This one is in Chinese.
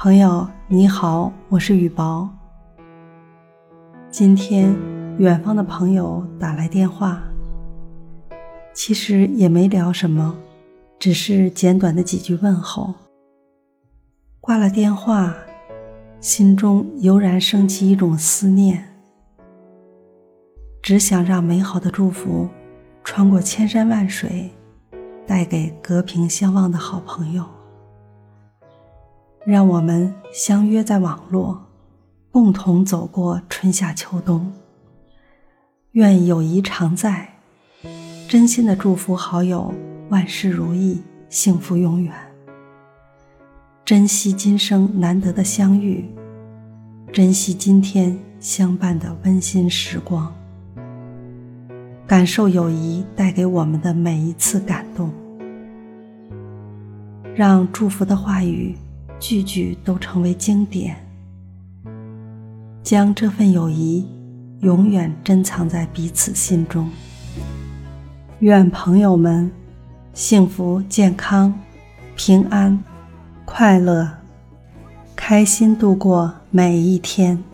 朋友你好，我是雨薄。今天远方的朋友打来电话，其实也没聊什么，只是简短的几句问候。挂了电话，心中油然升起一种思念，只想让美好的祝福穿过千山万水，带给隔屏相望的好朋友。让我们相约在网络，共同走过春夏秋冬。愿友谊常在，真心的祝福好友万事如意，幸福永远。珍惜今生难得的相遇，珍惜今天相伴的温馨时光，感受友谊带给我们的每一次感动，让祝福的话语句句都成为经典，将这份友谊永远珍藏在彼此心中。愿朋友们幸福健康平安快乐，开心度过每一天。